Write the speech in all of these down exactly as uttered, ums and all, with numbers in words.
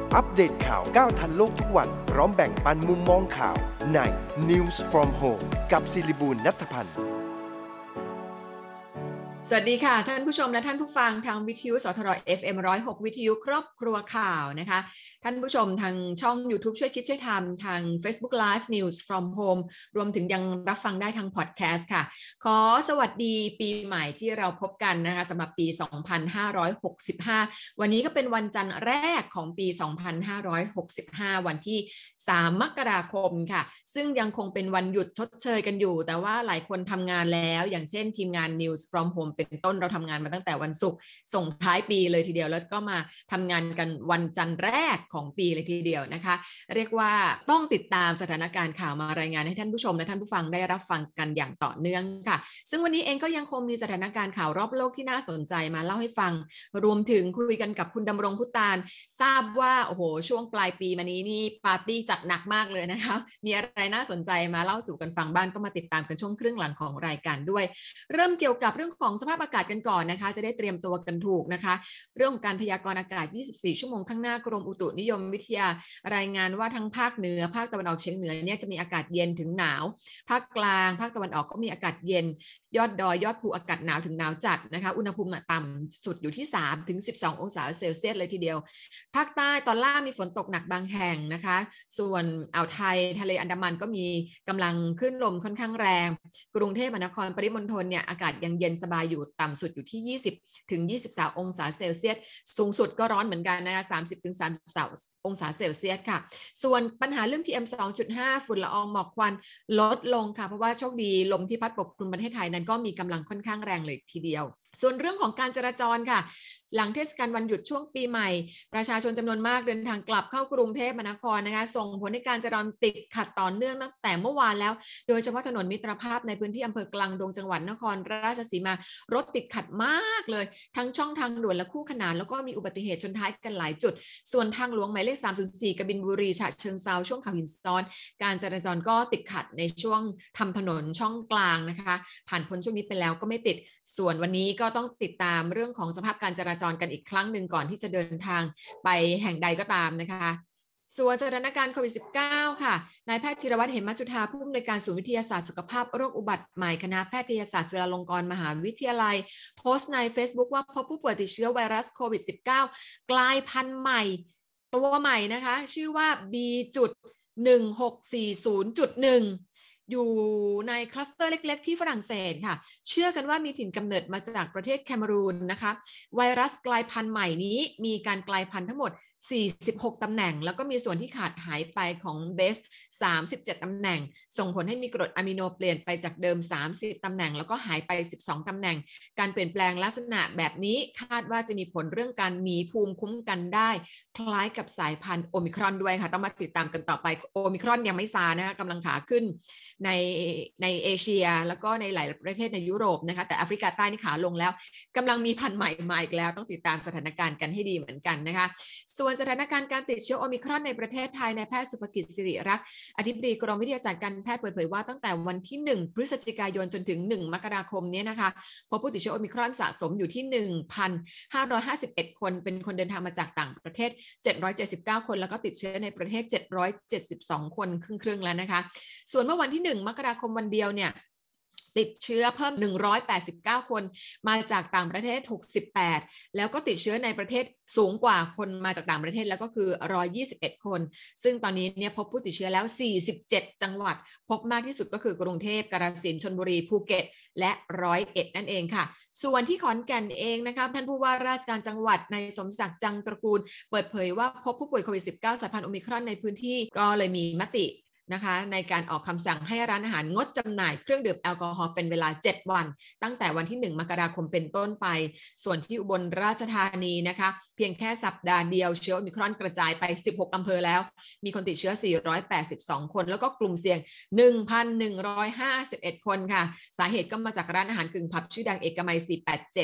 อัปเดตข่าวก้าวทันโลกทุกวันพร้อมแบ่งปันมุมมองข่าวใน News from Home กับศิริบูลย์ ณัฐพันธ์สวัสดีค่ะท่านผู้ชมและท่านผู้ฟังทางวิทยุสทร เอฟ เอ็ม หนึ่งศูนย์หก วิทยุครอบครัวข่าวนะคะท่านผู้ชมทางช่อง YouTube ช่วยคิดช่วยทำทาง Facebook Live News from Home รวมถึงยังรับฟังได้ทางพอดแคสต์ค่ะขอสวัสดีปีใหม่ที่เราพบกันนะคะสำหรับปี สองพันห้าร้อยหกสิบห้า วันนี้ก็เป็นวันจันทร์แรกของปี สองพันห้าร้อยหกสิบห้า วันที่ สาม มกราคมค่ะซึ่งยังคงเป็นวันหยุดชดเชยกันอยู่แต่ว่าหลายคนทำงานแล้วอย่างเช่นทีมงาน News from Home เป็นต้นเราทำงานมาตั้งแต่วันศุกร์ส่งท้ายปีเลยทีเดียวแล้วก็มาทำงานกันวันจันทร์แรกของปีเลยทีเดียวนะคะเรียกว่าต้องติดตามสถานการณ์ข่าวมารายงานให้ท่านผู้ชมและท่านผู้ฟังได้รับฟังกันอย่างต่อเนื่องค่ะซึ่งวันนี้เองก็ยังคงมีสถานการณ์ข่าวรอบโลกที่น่าสนใจมาเล่าให้ฟังรวมถึงคุยกันกับคุณดำรงพุตานทราบว่าโอ้โหช่วงปลายปีมานี้นี่ปาร์ตี้จัดหนักมากเลยนะคะมีอะไรน่าสนใจมาเล่าสู่กันฟังบ้างก็มาติดตามกันช่วงครึ่งหลังของรายการด้วยเริ่มเกี่ยวกับเรื่องของสภาพอากาศกันก่อนนะคะจะได้เตรียมตัวกันถูกนะคะเรื่องของการพยากรณ์อากาศยี่สิบสี่ชั่วโมงข้างหน้ากรมอุตุนิยมวิทยารายงานว่าทั้งภาคเหนือภาคตะวันออกเฉียงเหนือเนี่ยจะมีอากาศเย็นถึงหนาวภาคกลางภาคตะวันออกก็มีอากาศเย็นยอดดอยยอดภูอากาศหนาวถึงหนาวจัดนะคะอุณหภูมิต่ำสุดอยู่ที่สามถึงสิบสององศาเซลเซียสเลยทีเดียวภาคใต้ตอนล่างมีฝนตกหนักบางแห่งนะคะส่วนอ่าวไทยทะเลอันดามันก็มีกำลังคลื่นลมค่อนข้างแรงกรุงเทพมหานครปริมณฑลเนี่ยอากาศยังเย็นสบายอยู่ต่ำสุดอยู่ที่ยี่สิบถึงยี่สิบสามองศาเซลเซียสสูงสุดก็ร้อนเหมือนกันนะคะสามสิบถึงสามสิบสามองศาเซลเซียสค่ะส่วนปัญหาเรื่อง พี เอ็ม สองจุดห้า ฝุ่นละอองหมอกควันลดลงค่ะเพราะว่าโชคดีลมที่พัดปกคลุมประเทศไทยนั้นก็มีกำลังค่อนข้างแรงเลยทีเดียวส่วนเรื่องของการจราจรค่ะหลังเทศกาลวันหยุดช่วงปีใหม่ประชาชนจำนวนมากเดินทางกลับเข้ากรุงเทพมหานครนะคะส่งผลให้การจราจรติดขัดต่อเนื่องตั้งแต่เมื่อวานแล้วโดยเฉพาะถนนมิตรภาพในพื้นที่อำเภอกลางดงจังหวัดนครราชสีมารถติดขัดมากเลยทั้งช่องทางด่วนและคู่ขนานแล้วก็มีอุบัติเหตุชนท้ายกันหลายจุดส่วนทางหลวงหมายเลขสามศูนย์สี่กบินบุรีฉะเชิงเทราช่วงเขาหินซ้อนการจราจรก็ติดขัดในช่วงทำถนนช่องกลางนะคะผ่านพ้นช่วงนี้ไปแล้วก็ไม่ติดส่วนวันนี้ก็ต้องติดตามเรื่องของสภาพการจราจรกันอีกครั้งหนึ่งก่อนที่จะเดินทางไปแห่งใดก็ตามนะคะส่วนสถานการณ์โควิด สิบเก้า ค่ะนายแพทย์ธีรวัฒน์เหมจุฑาผู้อำนวยการศูนย์วิทยาศาสตร์สุขภาพโรคอุบัติใหม่คณะแพทยศาสตร์จุฬาลงกรณ์มหาวิทยาลัยโพสต์ใน Facebook ว่าพบผู้ป่วยติดเชื้อไวรัสโควิด สิบเก้า กลายพันธุ์ใหม่ตัวใหม่นะคะชื่อว่า บี หนึ่งหกสี่ศูนย์จุดหนึ่งอยู่ในคลัสเตอร์เล็กๆที่ฝรั่งเศสค่ะเชื่อกันว่ามีถิ่นกำเนิดมาจากประเทศแคเมรูนนะคะไวรัสกลายพันธุ์ใหม่นี้มีการกลายพันธุ์ทั้งหมดสี่สิบหกตำแหน่งแล้วก็มีส่วนที่ขาดหายไปของเบสสามสิบเจ็ดตำแหน่งส่งผลให้มีกรดอะมิโนเปลี่ยนไปจากเดิมสามสิบตำแหน่งแล้วก็หายไปสิบสองตำแหน่งการเปลี่ยนแปลงลักษณะแบบนี้คาดว่าจะมีผลเรื่องการมีภูมิคุ้มกันได้คล้ายกับสายพันธุ์โอมิครอนด้วยค่ะต้องมาติดตามกันต่อไปโอมิครอนยังไม่ซานะคะกำลังขาขึ้นในในเอเชียแล้วก็ในหลายประเทศในยุโรปนะคะแต่แอฟริกาใต้นี่ขาลงแล้วกำลังมีพันธุ์ใหม่มาอีกแล้วต้องติดตามสถานการณ์กันให้ดีเหมือนกันนะคะส่วนสถานการณ์การติดเชื้อโอมิครอนในประเทศไทยนายแพทย์สุภกิจสิริรักษ์อธิบดีกรมวิทยาศาสตร์การแพทย์เปิดเผยว่าตั้งแต่วันที่หนึ่งพฤศจิกายนจนถึงหนึ่งมกราคมนี้นะคะพบผู้ติดเชื้อโอมิครอนสะสมอยู่ที่ หนึ่งพันห้าร้อยห้าสิบเอ็ด คนเป็นคนเดินทางมาจากต่างประเทศเจ็ดร้อยเจ็ดสิบเก้าคนแล้วก็ติดเชื้อในประเทศเจ็ดร้อยเจ็ดสิบสองคนครึ่งๆแล้วนะคะส่วนเมื่อวันที่หนึ่งมกราคมวันเดียวเนี่ยติดเชื้อเพิ่มหนึ่งร้อยแปดสิบเก้าคนมาจากต่างประเทศหกสิบแปดแล้วก็ติดเชื้อในประเทศสูงกว่าคนมาจากต่างประเทศแล้วก็คือหนึ่งร้อยยี่สิบเอ็ดคนซึ่งตอนนี้เนี่ยพบผู้ติดเชื้อแล้วสี่สิบเจ็ดจังหวัดพบมากที่สุดก็คือกรุงเทพกาฬสินธุ์ชลบุรีภูเก็ตและร้อยเอ็ดนั่นเองค่ะส่วนที่ขอนแก่นเองนะคะท่านผู้ว่าราชการจังหวัดนายสมศักดิ์จังตระกูลเปิดเผยว่าพบผู้ป่วยโควิด สิบเก้า สายพันธุ์โอมิครอนในพื้นที่ก็เลยมีมตินะคะในการออกคำสั่งให้ร้านอาหารงดจำหน่ายเครื่องดื่มแอลกอฮอล์เป็นเวลาเจ็ดวันตั้งแต่วันที่หนึ่งมกราคมเป็นต้นไปส่วนที่อุบลราชธานีนะคะเพียงแค่สัปดาห์เดียวเชื้อโอมิครอนกระจายไปสิบหกอำเภอแล้วมีคนติดเชื้อสี่ร้อยแปดสิบสองคนแล้วก็กลุ่มเสี่ยง หนึ่งพันหนึ่งร้อยห้าสิบเอ็ด คนค่ะสาเหตุก็มาจากร้านอาหารกึ่งผับชื่อดังเอกมัยสี่แปดเจ็ด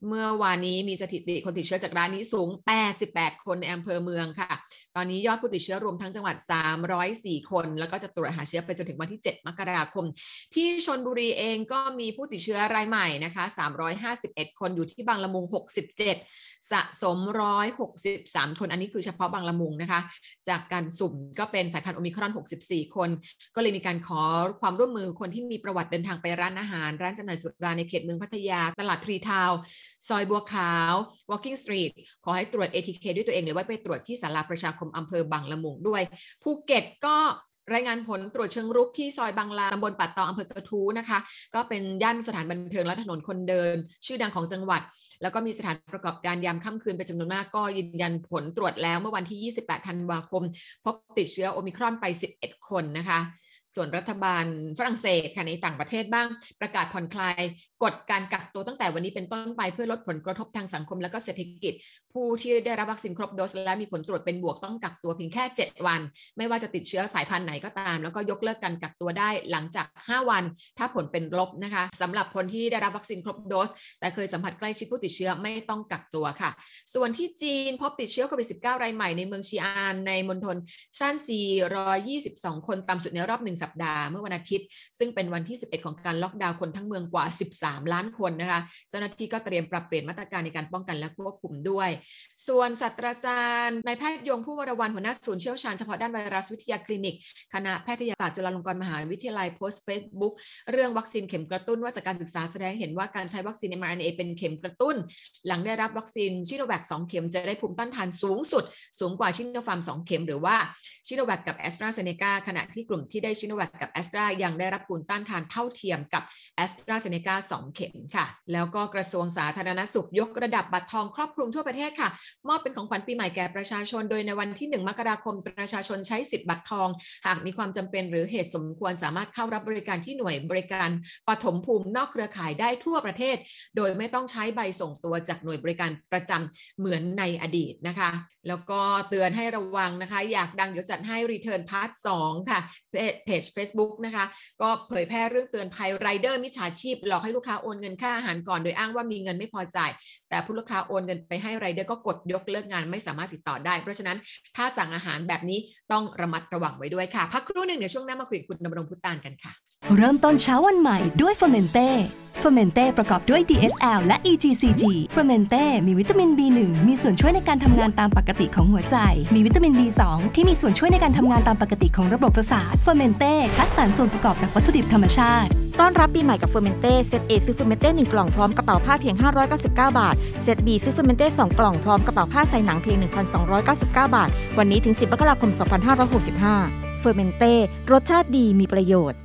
เมื่อวานนี้มีสถิติคนติดเชื้อจากร้านนี้สูงแปดสิบแปดคนในอำเภอเมืองค่ะตอนนี้ยอดผู้ติดเชื้อรวมทั้งจังหวัดสามร้อยสี่คนแล้วก็จะตรวจหาเชื้อไปจนถึงวันที่เจ็ดมกราคมที่ชลบุรีเองก็มีผู้ติดเชื้อรายใหม่นะคะสามร้อยห้าสิบเอ็ดคนอยู่ที่บางละมุงหกสิบเจ็ดสะสมหนึ่งร้อยหกสิบสามคนอันนี้คือเฉพาะบางละมุงนะคะจากการสุ่มก็เป็นสายพันธุ์โอมิครอนหกสิบสี่คนก็เลยมีการขอความร่วมมือคนที่มีประวัติเดินทางไปร้านอาหารร้านจำหน่ายสุราในเขตเมืองพัทยาตลาดทรีทาวน์ซอยบัวขาว Walking Street ขอให้ตรวจ เอ ที เค ด้วยตัวเองหรือว่าไปตรวจที่ศาลาประชาคมอำเภอบางละมุงด้วยภูเก็ตก็รายงานผลตรวจเชิงรุกที่ซอยบางลาตำบลปัดตองอำเภอกระทู้นะคะก็เป็นย่านสถานบันเทิงและถนนคนเดินชื่อดังของจังหวัดแล้วก็มีสถานประกอบการยามค่ำคืนเป็นจำนวนมากก็ยืนยันผลตรวจแล้วเมื่อวันที่ยี่สิบแปดธันวาคมพบติดเชื้อโอมิครอนไปสิบเอ็ดคนนะคะส่วนรัฐบาลฝรั่งเศสค่ะในต่างประเทศบ้างประกาศผ่อนคลายกฎการกักตัวตั้งแต่วันนี้เป็นต้นไปเพื่อลดผลกระทบทางสังคมและก็เศรษฐกิจผู้ที่ได้รับวัคซีนครบโดสและมีผลตรวจเป็นบวกต้องกักตัวเพียงแค่เจ็ดวันไม่ว่าจะติดเชื้อสายพันธุ์ไหนก็ตามแล้วก็ยกเลิกการกักตัวได้หลังจากห้าวันถ้าผลเป็นลบนะคะสำหรับคนที่ได้รับวัคซีนครบโดสแต่เคยสัมผัสใกล้ชิดผู้ติดเชื้อไม่ต้องกักตัวค่ะส่วนที่จีนพบติดเชื้อโควิด สิบเก้า รายใหม่ในเมืองชีอานในมณฑลซ่านซีหนึ่งร้อยยี่สิบสองคนต่ำสุดในรอบหนึ่งสัปดาห์เมื่อวันอาทิตย์ซึ่งเป็นวันที่สิบเอ็ดของการล็อกดาวน์คนทั้งเมืองกว่าสิบสามล้านคนนะคะเจ้าหน้าที่ก็เตรียมปรับเปลี่ยนมาตรการในการป้องกันและควบคุมด้วยส่วนศาสตราจารย์นายแพทย์ยงผู้วรวรรณหัวหน้าศูนย์เชี่ยวชาญเฉพาะด้านไวรัสวิทยาคลินิกคณะแพทยศาสตร์จุฬาลงกรณ์มหาวิทยาลัยโพสต์เฟซบุ๊กเรื่องวัคซีนเข็มกระตุ้นว่าจากการศึกษาแสดงเห็นว่าการใช้วัคซีน เอ็ม อาร์ เอ็น เอ เป็นเข็มกระตุ้นหลังได้รับวัคซีนชิโนแวคสองเข็มจะได้ภูมิต้านทานสูงสุดสูงกว่าชิโนฟาร์มสองเข็มหรือว่าชิโนแวคกับแอสตราเซเนกาขณะที่กลุ่มที่ได้ชิโนแวคกับแอสตรายังได้รับภูมิต้านทานเท่าเทียมกับแอสตราเซเนกาสองเข็มค่ะแล้วก็กระทรวงสาธารณสุขยกระดับบัตรทองครอบคลุมทั่วประเทศค่ะมอบเป็นของขวัญปีใหม่แก่ประชาชนโดยในวันที่หนึ่งมกราคมประชาชนใช้สิทธิ์บัตรทองหากมีความจำเป็นหรือเหตุสมควรสามารถเข้ารับบริการที่หน่วยบริการปฐมภูมินอกเครือข่ายได้ทั่วประเทศโดยไม่ต้องใช้ใบส่งตัวจากหน่วยบริการประจำเหมือนในอดีตนะคะแล้วก็เตือนให้ระวังนะคะอยากดังเดี๋ยวจัดให้ Return Part สองค่ะเพจ Facebook นะคะก็เผยแพร่เรื่องเตือนภัยไรเดอร์มิจฉาชีพหลอกให้ลูกค้าโอนเงินค่าอาหารก่อนโดยอ้างว่ามีเงินไม่พอจ่ายแต่ผู้ลูกค้าโอนเงินไปให้ไรเดอร์ก็กดยกเลิกงานไม่สามารถติดต่อได้เพราะฉะนั้นถ้าสั่งอาหารแบบนี้ต้องระมัดระวังไว้ด้วยค่ะพักครู่หนึ่งเดี๋ยวช่วงหน้ามาคุยกับคุณดำรงพุตานกันค่ะเริ่มต้นเช้าวันใหม่ด้วยเฟอร์เมนเต้เฟอร์เมนเต้ประกอบด้วย ดี เอส แอล และ อี จี ซี จี เฟอร์เมนเต้มีวิตามิน บี หนึ่ง มีส่วนช่วยในการทำงานตามปกติของหัวใจมีวิตามิน บี สอง ที่มีส่วนช่วยในการทำงานตามปกติของระบบประสาทเฟอร์เมนเต้คัดสรรส่วนประกอบจากวัตถุดิบธรรมชาติต้อนรับปีใหม่กับเฟอร์เมนเต้เซต A ซื้อเฟอร์เมนเต้หนึ่งกล่องพร้อมกระเป๋าผ้าเพียงห้าร้อยเก้าสิบเก้าบาทเซต B ซื้อเฟอร์เมนเต้สองกล่องพร้อมกระเป๋าผ้าใส่หนังเพียง หนึ่งพันสองร้อยเก้าสิบเก้าบาทวันนี้ถึงสิบมกราคมสองพันห้าร้อยหกสิบห้าเฟอร์เมนเต้รสชาติดีมีประโยชน์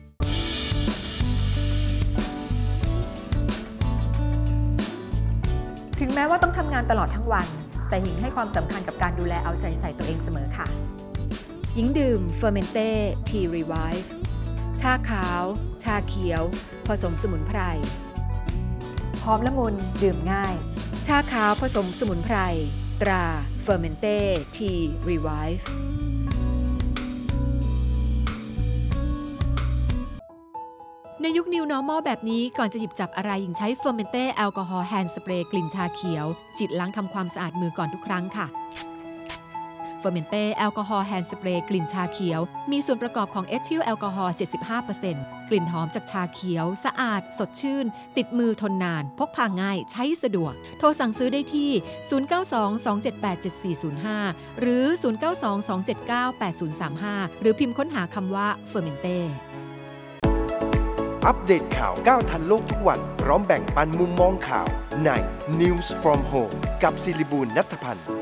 ถึงแม้ว่าต้องทำงานตลอดทั้งวันแต่หญิงให้ความสำคัญกับการดูแลเอาใจใส่ตัวเองเสมอค่ะหญิงดื่มเฟอร์เมนเต้ทีรีไวฟ์ชาขาวชาเขียวผสมสมุนไพรหอมละมุนดื่มง่ายชาขาวผสมสมุนไพรตราเฟอร์เมนเต้ทีรีไวฟ์ในยุค New Normal แบบนี้ก่อนจะหยิบจับอะไรหญิงใช้เฟอร์เมนเต้แอลกอฮอล์แฮนด์สเปรย์กลิ่นชาเขียวฉีดล้างทำความสะอาดมือก่อนทุกครั้งค่ะเฟอร์เมนเต้แอลกอฮอล์แฮนด์สเปรย์กลิ่นชาเขียวมีส่วนประกอบของเอทิลแอลกอฮอล์ เจ็ดสิบห้าเปอร์เซ็นต์ กลิ่นหอมจากชาเขียวสะอาดสดชื่นติดมือทนนานพกพาง่ายใช้สะดวกโทรสั่งซื้อได้ที่ศูนย์ เก้า สอง สอง เจ็ด แปด เจ็ด สี่ ศูนย์ ห้าหรือศูนย์ เก้า สอง สอง เจ็ด เก้า แปด ศูนย์ สาม ห้าหรือพิมพ์ค้นหาคำว่าเฟอร์เมนเต้อัปเดตข่าวก้าวทันโลกทุกวันพร้อมแบ่งปันมุมมองข่าวใน News from Home กับศิริบูลย์ ณัฐพันธ์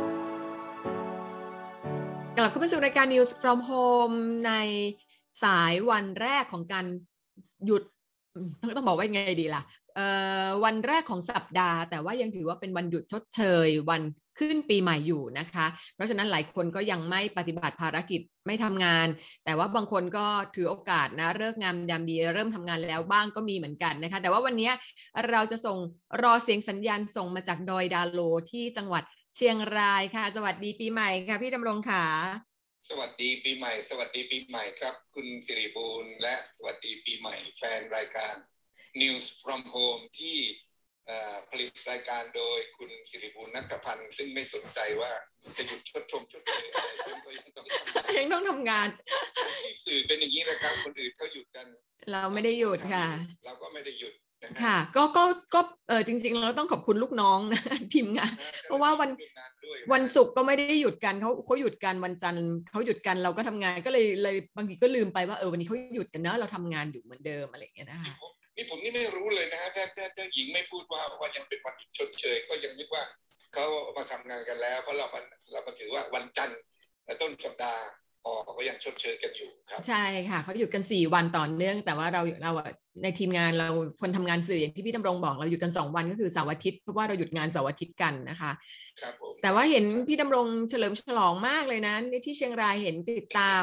กลับเข้าไปสู่รายการ News from Home ในสายวันแรกของการหยุดต้องบอกว่ายังไงดีล่ะวันแรกของสัปดาห์แต่ว่ายังถือว่าเป็นวันหยุดชดเชยวันขึ้นปีใหม่อยู่นะคะเพราะฉะนั้นหลายคนก็ยังไม่ปฏิบัติภารกิจไม่ทำงานแต่ว่าบางคนก็ถือโอกาสนะเลิกงามยามดีเริ่มทำงานแล้วบ้างก็มีเหมือนกันนะคะแต่ว่าวันนี้เราจะส่งรอเสียงสัญญาณส่งมาจากดอยดาโลที่จังหวัดเชียงรายค่ะสวัสดีปีใหม่ค่ะพี่ดำรงค่ะสวัสดีปีใหม่สวัสดีปีใหม่ครับคุณสิริบูลย์และสวัสดีปีใหม่แฟนรายการ News from Home ที่ผลิตรายการโดยคุณสิริบูลย์ ณัฐพันธ์ซึ่งไม่สนใจว่าจะหยุดชดชมชดเชยอะไรซึ่งก็ยังต้องทำงานยังต้องทำงานอาชีพสื่อเป็นอย่างนี้นะครับคนอื่นเขาหยุดกันเราไม่ได้หยุดค่ะเราก็ไม่ได้หยุดค่ะก็ก็ก็เออจริงๆเราต้องขอบคุณลูกน้องนะทีมงานเพราะว่าวันวันศุกร์ก็ไม่ได้หยุดกันเขาเขาหยุดกันวันจันทร์เขาหยุดกันเราก็ทำงานก็เลยเลยบางทีก็ลืมไปว่าเออวันนี้เขาหยุดกันเนอะเราทำงานอยู่เหมือนเดิมอะไรอย่างเงี้ยนะคะนี่ผมนี่ไม่รู้เลยนะฮะถ้าถ้าถ้าหญิงไม่พูดว่าว่ายังเป็นวันหยุดชดเชยก็ยังนึกว่าเขามาทำงานกันแล้วเพราะเรามันเรามาถือว่าวันจันทร์ต้นสัปดาห์อ๋อก็ยังชดเชยกันอยู่ครับใช่ค่ะเขาหยุดกันสี่วันต่อเนื่องแต่ว่าเราเราในทีมงานเราคนทำงานสื่ออย่างที่พี่ดำรงบอกเราหยุดกันสองวันก็คือเสาร์อาทิตย์เพราะว่าเราหยุดงานเสาร์อาทิตย์กันนะคะครับผมแต่ว่าเห็นพี่ดำรงเฉลิมฉลองมากเลยนะที่เชียงรายเห็นติดตาม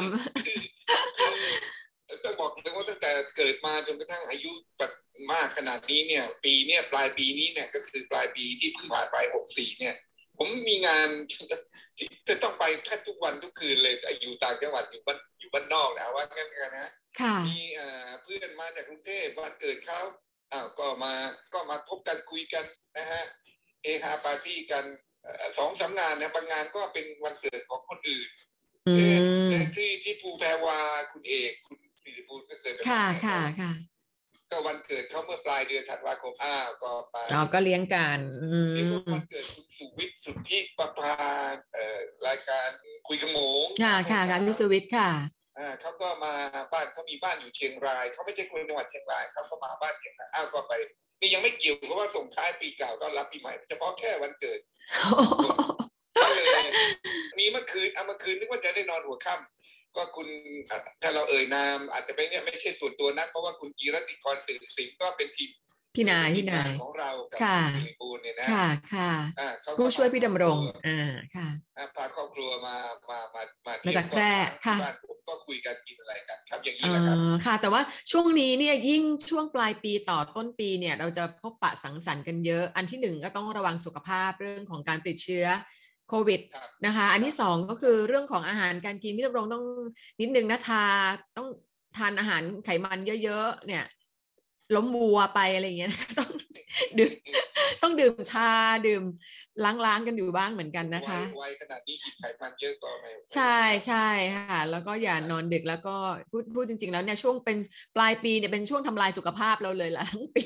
ต้องบอกเลยว่าตั้งแต่เกิดมาจนกระทั่งอายุแบบมากขนาดนี้เนี่ยปีเนี่ยปลายปีนี้เนี่ยก็คือปลายปีที่เพิ่งผ่านไปหกสี่เนี่ยผมมีงานที่จะต้องไปแทบทุกวันทุกคืนเลยอยู่ต่างจังหวัดอยู่บ้านอยู่บ้านนอกนะว่างั้นกันนะมีเพื่อนมาจากกรุงเทพวันเกิดเขาอ้าวก็มาก็มาพบกันคุยกันนะฮะเฮฮาปาร์ตี้กันสองสามงานนะบางงานก็เป็นวันเกิดของคนอื่นที่ที่ภูแพรวาคุณเอกคุณสิริบูลย์ก็เคยไปค่ะค่ะค่ะก็วันเกิดเขาเมื่อปลายเดือนธันวาคมอ้าวก็ไปอ๋อก็เลี้ยงกันนี่ก็วันเกิดคุณสุวิทย์สุทธิประภาเอ่อรายการคุยกับหมูค่ะค่ะค่ะพี่สุวิทย์ค่ะอ่าเขาก็มาบ้านเขามีบ้านอยู่เชียงรายเขาไม่ใช่คนจังหวัดเชียงรายเขาก็มาบ้านเชียงรายอ้าวก็ไปนี่ยังไม่เกี่ยวเพราะว่าส่งท้ายปีเก่าต้อนรับปีใหม่เฉพาะแค่วันเกิดก็เลยมีเมื่อคืนเอาเมื่อคืนนึกว่าจะได้นอนหัวค่ำก็คุณถ้าเราเอ่ยนามอาจจะไม่เนี่ยไม่ใช่ส่วนตัวนักเพราะว่าคุณกีรติกรสืบสิงห์ก็เป็นทีมพี่นายพี่นายของเรากับสิริบูลย์เนี่ยนะค่ะค่ะผู้ช่วยพี่ดำรงอ่าค่ะพาครอบครัวมามามามามาจากแพร่ค่ะผมก็คุยกันกินอะไรกันครับอย่างนี้นะครับค่ะแต่ว่าช่วงนี้เนี่ยยิ่งช่วงปลายปีต่อต้นปีเนี่ยเราจะพบปะสังสรรค์กันเยอะอันที่หนึ่งก็ต้องระวังสุขภาพเรื่องของการติดเชื้อโควิดนะคะอันที่สองก็คือเรื่องของอาหารการกินพี่ดำรงต้องนิดนึงนะชาต้องทานอาหารไขมันเยอะๆเนี่ยล้มวัวไปอะไรอย่างเงี้ยต้องดื่มต้องดื่มชาดื่มล้างๆกันอยู่บ้างเหมือนกันนะคะวัยขนาดนี้กินไขมันเยอะก็ไม่ใช่ใช่ค่ะแล้วก็อย่านอนดึกแล้วก็พูดพูดจริงๆแล้วเนี่ยช่วงเป็นปลายปีเนี่ยเป็นช่วงทำลายสุขภาพเราเลยล่ะทั้งปี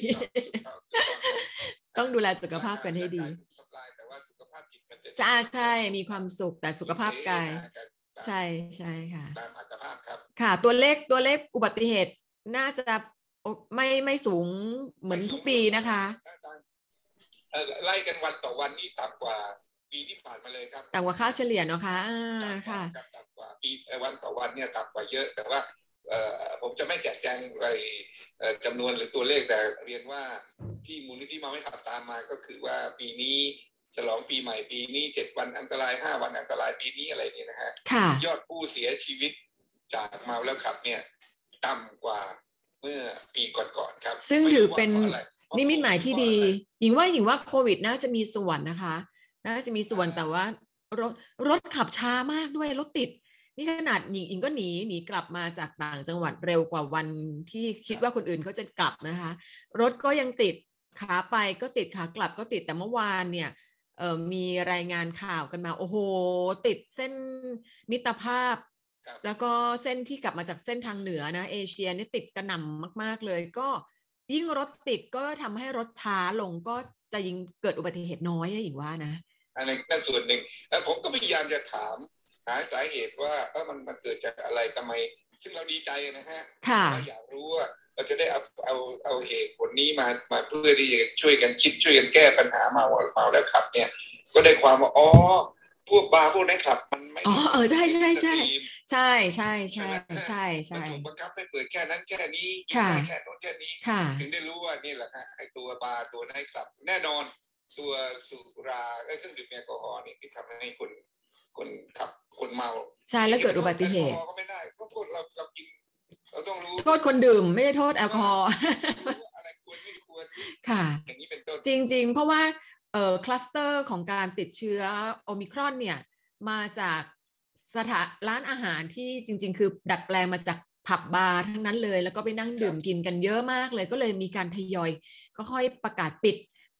ต้องดูแลสุขภาพกันให้ดีใช่ใช่มีความสุขแต่สุขภาพกายใช่ใช่ค่ะตามอัตภาพครับค่ะตัวเลขตัวเลขอุบัติเหตุน่าจะไม่ไม่สูงเหมือนทุกปีนะคะไล่กันวันต่อวันนี่ต่ำกว่าปีที่ผ่านมาเลยครับต่ำกว่าค่าเฉลี่ยเนาะคะค่ะต่ำกว่าปีวันต่อวันเนี่ยต่ำกว่าเยอะแต่ว่าผมจะไม่แจกแจงอะไรจำนวนหรือตัวเลขแต่เรียนว่าที่มูลนิธิเมาไม่ขับตามมาก็คือว่าปีนี้ฉลองปีใหม่ปีนี้เจ็ดวันอันตรายห้าวันอันตรายปีนี้อะไรนี่นะฮะยอดผู้เสียชีวิตจากเมาแล้วขับเนี่ยต่ำกว่าเมื่อปีก่อนๆครับซึ่งถือเป็นนิมิตหมายที่ดีหญิงว่าหญิงว่าโควิดน่าจะมีส่วนนะคะน่าจะมีส่วนแต่ว่ารถรถขับช้ามากด้วยรถติดนี่ขนาดหญิงอิงก็หนีหนีกลับมาจากต่างจังหวัดเร็วกว่าวันที่คิดว่าคนอื่นเขาจะกลับนะคะรถก็ยังติดขาไปก็ติดขากลับก็ติดแต่เมื่อวานเนี่ยเอ่อมีรายงานข่าวกันมาโอ้โหติดเส้นมิตรภาพแล้วก็เส้นที่กลับมาจากเส้นทางเหนือนะเอเชียนี่ติดกระหน่ำมากๆเลยก็ยิ่งรถติดก็ทำให้รถช้าลงก็จะยิ่งเกิดอุบัติเหตุน้อยนะหญิงว่านะอันนี้นั่นส่วนหนึ่งแล้วผมก็พยายามจะถามหาสาเหตุว่าเออมันมันเกิดจากอะไรทำไมซึ่งเราดีใจนะฮะเราอยากรู้ว่าเราจะได้เอาเอาเอาเหตุผลนี้มามาเพื่อที่จะช่วยกันคิดช่วยกันแก้ปัญหาเมาเมาแล้วขับเนี่ยก็ได้ความว่าอ๋อพวกบาร์พวกนั้นขับมันไม่อ๋อเออใช่ใช่ใช่ใช่ใช่ใช่ใช่ใช่ถูกบังคับให้เปิดแค่นั้นแค่นี้แค่โน้นแค่นี้ถึงได้รู้ว่านี่แหละฮะไอ้ตัวบาร์ตัวไนท์คลับแน่นอนตัวสุราเครื่องดื่มแอลกอฮอล์นี่ที่ทำให้คนคนขับคนเมาใช่แล้วเกิดอุบัติเหตุก็ไม่ได้เพราะคนเราเรากินเราต้องรู้โทษคนดื่มไม่ได้โทษแอลกอฮอล์อะไรควรไม่ควรค่ะอย่างนี้เป็นต้นจริงๆเพราะว่าเอ่อคลัสเตอร์ของการติดเชื้อโอมิครอนเนี่ยมาจากสถานร้านอาหารที่จริงๆคือดัดแปลงมาจากผับบาร์ทั้งนั้นเลยแล้วก็ไปนั่งดื่มกินกันเยอะมากเลยก็เลยมีการทยอยค่อยๆประกาศปิด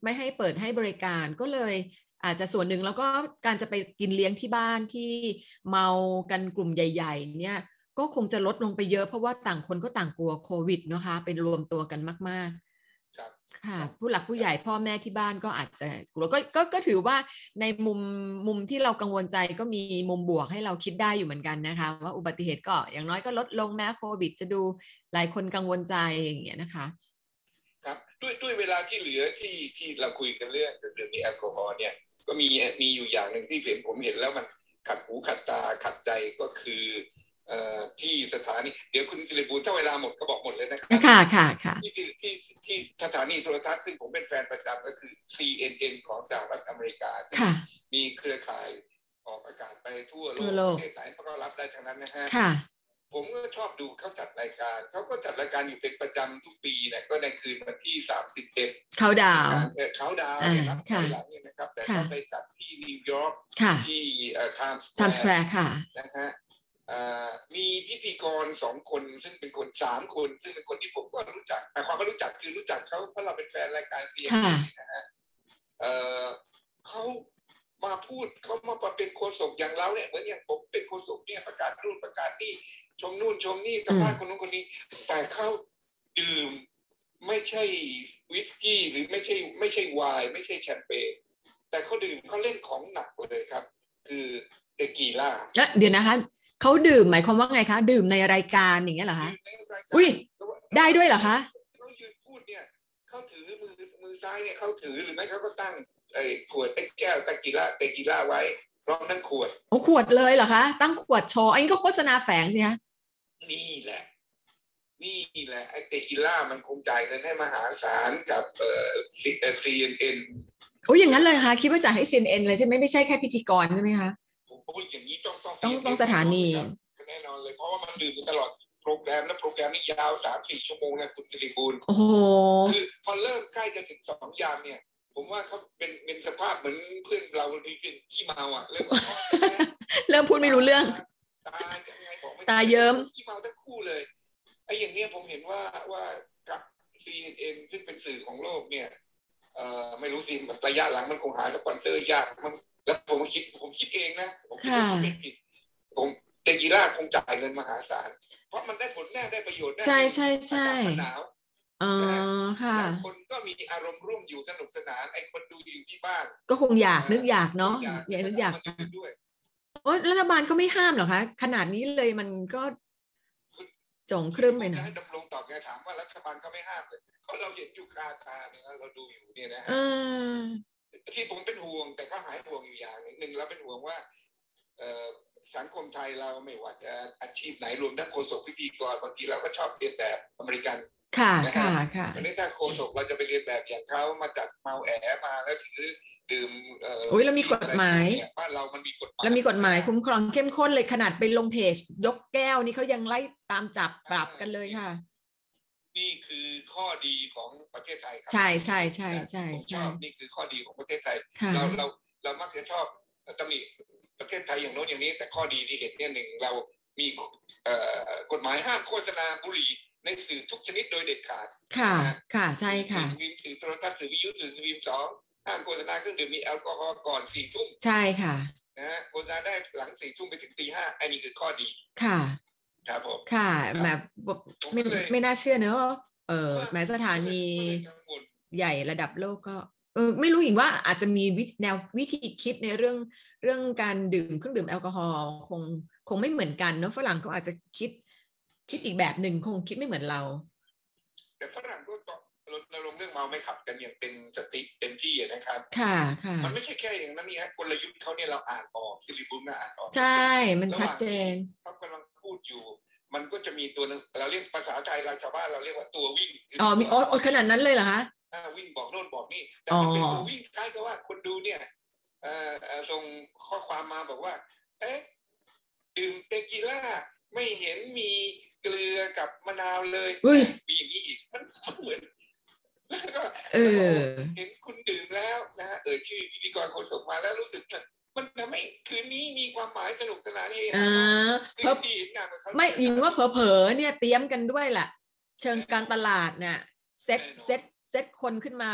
ไม่ให้เปิดให้บริการก็เลยอาจจะส่วนหนึ่งแล้วก็การจะไปกินเลี้ยงที่บ้านที่เมากันกลุ่มใหญ่ๆเนี่ยก็คงจะลดลงไปเยอะเพราะว่าต่างคนก็ต่างกลัวโควิดนะคะเป็นรวมตัวกันมากๆครับค่ะผู้หลักผู้ใหญ่พ่อแม่ที่บ้านก็อาจจะกลัวก็ก็ก็ถือว่าในมุมมุมที่เรากังวลใจก็มีมุมบวกให้เราคิดได้อยู่เหมือนกันนะคะว่าอุบัติเหตุก็อย่างน้อยก็ลดลงแม้โควิดจะดูหลายคนกังวลใจอย่างเงี้ยนะคะครับด้วยด้วยเวลาที่เหลือที่ที่เราคุยกันเรื่องเรื่องนี้แอลกอฮอล์เนี่ยก็มีมีอยู่อย่างหนึ่งที่เห็นผมเห็นแล้วมันขัดหูขัดตาขัดใจก็คือเอ่อที่สถานีเดี๋ยวคุณศิริบูลถ้าเวลาหมดก็บอกหมดเลยนะครับค่ะค่ะค่ะที่ที่ที่ที่สถานีโทรทัศน์ซึ่งผมเป็นแฟนประจำก็คือ ซี เอ็น เอ็น ของสหรัฐอเมริกามีเครือข่ายออกอากาศไปทั่วโลกประเทศไหนก็รับได้ทั้งนั้นนะฮะผมก็ชอบดูเขาจัดรายการเขาก็จัดรายการอยู่เป็นประจำทุกปีนะก็ในคืนวันที่สามสิบเอ็ดเขาดาวเขาดาวเนี่ยนับถอยหลังเนี่ยนะครับแต่เขาไปจัดที่นิวยอร์กที่ไทม์สแควร์ค่ะนะฮะมีพิธีกรสองคนซึ่งเป็นคนสามคนซึ่งเป็นคนที่ผมก็รู้จักแต่ความรู้จักคือรู้จักเขาเพราะเราเป็นแฟนรายการเสียงนะฮะเขามาพูดเขามาเป็นโฆษกอย่างเราเนี่ยเหมือนอย่างผมเป็นโฆษกเนี่ยประกาศนู่นประกาศนี่ชมนู่นชมนี่สัมภาษณ์คนนู้นคนนี้แต่เขาดื่มไม่ใช่วิสกี้หรือไม่ใช่ไม่ใช่ไวน์ไม่ใช่แชมเปญแต่เขาดื่มเขาเล่นของหนักเลยครับคือเตกีล่าเดี๋ยวนะคะเขาดื่มหมายความว่าไงคะดื่มในรายการอย่างเงี้ยเหรอคะอุ้ยได้ด้วยเหรอคะเขายืนพูดเนี่ยเขาถือมือมือซ้ายเนี่ยเขาถือหรือไม่เขาก็ตั้งไอ้ขวดแก้วเตกีล่าเตกีล่าไว้พร้อมทั้งขวดโอ้ขวดเลยเหรอคะตั้งขวดโชว์อันนี้ก็โฆษณาแฝงสิคะนี่แหละนี่แหละไอ้เตกีล่ามันคงจ่ายเงินให้มหาศาลกับเอ่อ ซี เอ็น เอ็นโอ้อย่างนั้นเลยค่ะคิดว่าจ่ายให้ ซี เอ็น เอ็น เลยใช่ไหมไม่ใช่แค่พิธีกรใช่ไหมคะผมพูดอย่างนี้ต้องต้องต้องต้องสถานีแน่นอนเลยเพราะว่ามันดื่มตลอดโปรแกรมและโปรแกรมนี่ยาว สามถึงสี่ ชั่วโมงนะคุณศิริบูลโอ้โหคือพอเริ่มใกล้จะถึงสองยามเนี่ยผมว่าเขาเป็นเป็นสภาพเหมือนเพื่อนเราที่เป็นขี้เมาอ่ะเริ่มเริ่มพูดไม่รู้เรื่องตายังไงบอกไม่ตาเยิ้มขี้เมาทั้งคู่เลยไอ้อย่างเนี้ยผมเห็นว่าว่ากับ ซี เอ็น เอ็น ซึ่งเป็นสื่อของโลกเนี่ยเอ่อไม่รู้สิระยะหลังมันคงหาสปอนเซอร์ยากมันแล้วผมคิดผมคิดเองนะผมคิดไม่ผิดผมเตกีล่าคงจ่ายเงินมหาศาลเพราะมันได้ผลแน่ได้ประโยชน์แน่ใช่ใช่ใช่หนาวอ๋อค่ะคนก็มีอารมณ์ร่วมอยู่สนุกสนานไอ้คนดูอยู่ที่บ้านก็คงอยากนึกอยากเนาะอยากนึกอยากด้วยโอ้รัฐบาลก็ไม่ห้ามหรอคะขนาดนี้เลยมันก็จงครึ่มไปนะให้ดำรงตอบไงถามว่ารัฐบาลก็ไม่ห้ามเลยเพราะเราเห็นอยู่คาตาเนี่ยเราดูอยู่เนี่ยนะฮะที่ผมเป็นห่วงแต่ก็หายห่วงอยู่อย่างหนึ่งเราเป็นห่วงว่าสังคมไทยเราไม่ว่าจะอาชีพไหนรวมทั้งโฆษกพิธีกรบางทีเราก็ชอบเรียนแบบอเมริกันค่ะค่ะค่ะวันนี้ถ้าโฆษกเราจะไปเรียนแบบอย่างเขามาจัดเมาแอมาแล้วถือดื่มเอ่อโอ้ยเรามีกฎหมายบ้านเรามันมีกฎหมายแล้วมีกฎหมายคุ้มครองเข้มข้นเลยขนาดไปลงเพจยกแก้วนี่เขายังไล่ตามจับปรับกันเลยค่ะนี่คือข้อดีของประเทศไทยใช่ใช่ใช่ใช่ใช่นี่คือข้อดีของประเทศไทยเราเราเรามักจะชอบตำหนิประเทศไทยอย่างโน้นอย่างนี้แต่ข้อดีที่เห็นเนี่ยหนึ่งเรามีกฎหมายห้ามโฆษณาบุหรี่ในสื่อทุกชนิดโดยเด็ดขาดค่ะค่ะใช่ค่ะสื่อโทรทัศน์สื่อวิทยุสื่อทีวีสองห้ามโฆษณาเครื่องดื่มมีแอลกอฮอล์ก่อนสี่ทุ่มใช่ค่ะนะฮะโฆษณาได้หลังสี่ทุ่มไปถึงตีห้าอันนี้คือข้อดีค่ะครับผมค่ะแบบไม่ไม่น่าเชื่อเนอะเออแม้สถานีใหญ่ระดับโลกก็เออไม่รู้อีกว่าอาจจะมีแนววิธีคิดในเรื่องเรื่องการดื่มเครื่องดื่มแอลกอฮอล์คงคงไม่เหมือนกันเนอะฝรั่งเขาอาจจะคิดคิดอีกแบบหนึ่งคงคิดไม่เหมือนเราแต่ฝรั่งก็รณรงค์เรื่องเมาไม่ขับกันอย่างเป็นสติเต็มที่นะครับค่ะค่ะมันไม่ใช่แค่อย่างนั้นนี่ฮะกลยุทธ์เขาเนี่ยเราอ่านออกซิลิบุมน่าอ่านออกใช่มันชัดเจนเขากำลังพูดอยู่มันก็จะมีตัวเราเรียกภาษาไทยเราชาวบ้านเราเรียกว่าตัววิ่งอ๋อมีโอ้ขนาดนั้นเลยเหรอคะวิ่งบอกโน่นบอกนี่แต่มันเป็นตัววิ่งคล้ายกับว่าคนดูเนี่ยส่งข้อความมาบอกว่าเอ๊ะดื่มเตกีล่าไม่เห็นมีเกลือกับมะนาวเลยมีอย่างนี้อีกมันเหมือนแล้วก็เห็นคุณดื่มแล้วนะฮะเอ่ยชื่อพิธีกรคนส่งมาแล้วรู้สึกมันทำให้คืนนี้มีความหมายสนุกสนานนี่อ่าเพราะดีงานไม่ยิงว่าเผลอๆเนี่ยเตรียมกันด้วยแหละเชิงการตลาดเนี่ยเซ็ตเซ็ตเซ็ตคนขึ้นมา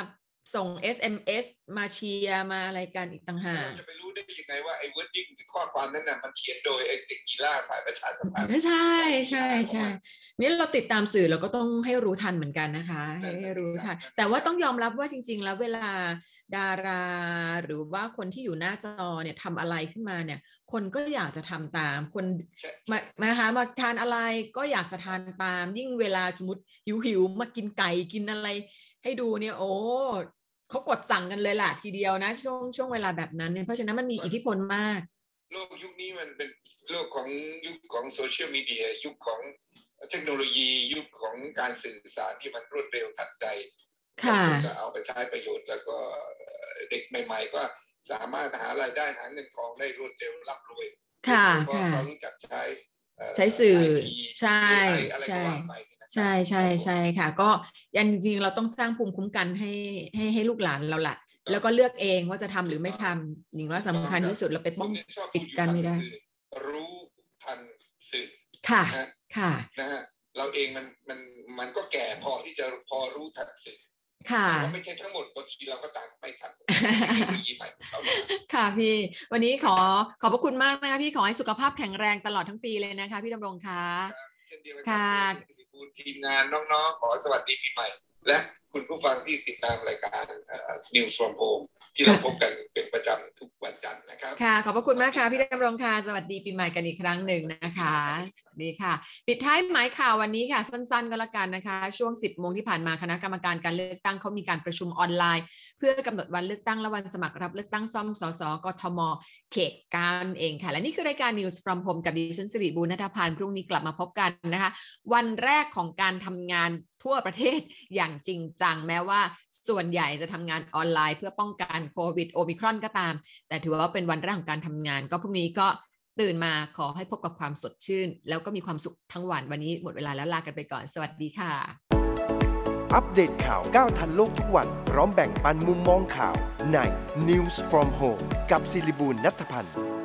ส่ง เอส เอ็ม เอส มาเชียร์มาอะไรกันอีกต่างหากเราจะไปรู้ได้ยังไงว่าไอ้ wording ข้อความนั้นน่ะมันเขียนโดยไอ้เด็กกีฬาฝ่ายประชาสัมพันธ์ใช่ใช่ใช่นี่เราติดตามสื่อเราก็ต้องให้รู้ทันเหมือนกันนะคะให้ให้รู้ทันแต่ว่าต้องยอมรับว่าจริงๆแล้วเวลาดาราหรือว่าคนที่อยู่หน้าจอเนี่ยทำอะไรขึ้นมาเนี่ยคนก็อยากจะทำตามคนมานะคะมาทานอะไรก็อยากจะทานตามยิ่งเวลาสมมติหิวๆมากินไก่กินอะไรให้ดูเนี่ยโอ้เขากดสั่งกันเลยล่ะทีเดียวนะช่วงช่วงเวลาแบบนั้นเนี่ยเพราะฉะนั้นมันมีอิทธิพลมากโลกยุคนี้มันเป็นโลกของยุคของโซเชียลมีเดียยุคของเทคโนโลยียุคของการสื่อสารที่มันรวดเร็วทันใจก็เอาไปใช้ประโยชน์แล้วก็เด็กใหม่ๆก็สามารถหารายได้หาเงินทองได้รวดเร็วร่ำรวยค่ะเพราะเขารู้จักใช้ใช้สื่อใช่ใช่ใช่ใช่ใช่ค่ะก็ยันจริงๆเราต้องสร้างภูมิคุ้มกันให้ให้ให้ลูกหลานเราละแล้วก็เลือกเองว่าจะทำหรือไม่ทำหนิงว่าสำคัญที่สุดเราไปป้องปิดกันไม่ได้รู้ทันสื่อค่ะค่ะนะฮะเราเองมันมันมันก็แก่พอที่จะพอรู้ทันสื่อค่ะไม่ใช่ทั้งหมดบางทีเราก็ตามไม่ทันค่ะพี่วันนี้ขอขอบพระคุณมากนะคะพี่ขอให้สุขภาพแข็งแรงตลอดทั้งปีเลยนะคะพี่ดำรงค่ะเช่นเดียวกันกับทีมงานน้องๆขอสวัสดีปีใหม่และคุณผู้ฟังที่ติดตามรายการ News from Home ที่เราพบกันเป็นประจำทุกวันจันทร์นะครับค่ะขอบพระคุณมากค่ะพี่ดำรงค่ะสวัสดีปีใหม่กันอีกครั้งหนึ่งนะคะสวัสดีค่ะปิดท้ายหมายข่าววันนี้ค่ะสั้นๆก็แล้วกันนะคะช่วงสิบโมงที่ผ่านมาคณะกรรมการการเลือกตั้งเขามีการประชุมออนไลน์เพื่อกำหนดวันเลือกตั้งและวันสมัครรับเลือกตั้งซ่อมสสกทมเขตเก้าเองค่ะและนี่คือรายการ News from Home กับดิฉันสิริบูรณัฐพันธ์พรุ่งนี้กลับมาพบกันนะคะวันแรกของการทำงานทั่วประเทศอย่างจริงจังแม้ว่าส่วนใหญ่จะทำงานออนไลน์เพื่อป้องกันโควิดโอมิครอนก็ตามแต่ถือว่าเป็นวันแรกของการทำงานก็พรุ่งนี้ก็ตื่นมาขอให้พบกับความสดชื่นแล้วก็มีความสุขทั้งวันวันนี้หมดเวลาแล้วลากันไปก่อนสวัสดีค่ะอัปเดตข่าวก้าวทันโลกทุกวันพร้อมแบ่งปันมุมมองข่าวใน News from Home กับศิริบูรณัฐพันธ์